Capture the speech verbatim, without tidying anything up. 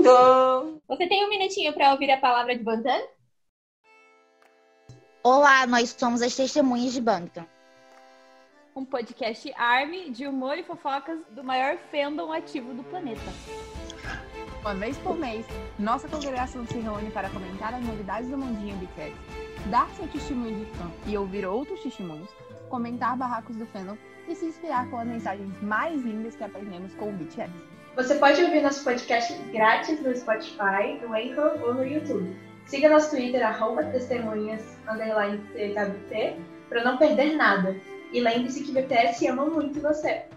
minuto! Você tem um minutinho para ouvir a palavra de Bangtan? Olá, nós somos as Testemunhas de Bangtan. Um podcast ARMY de humor e fofocas do maior fandom ativo do planeta. Uma vez por mês, nossa congregação se reúne para comentar as novidades do mundinho B T S, dar seu testemunho de fã e ouvir outros testemunhos, comentar barracos do fandom e se inspirar com as mensagens mais lindas que aprendemos com o B T S. Você pode ouvir nosso podcast grátis no Spotify, no Anchor ou no YouTube. Siga nosso Twitter, arroba testemunhas, underline T K B T, para não perder nada. E lembre-se que B T S ama muito você.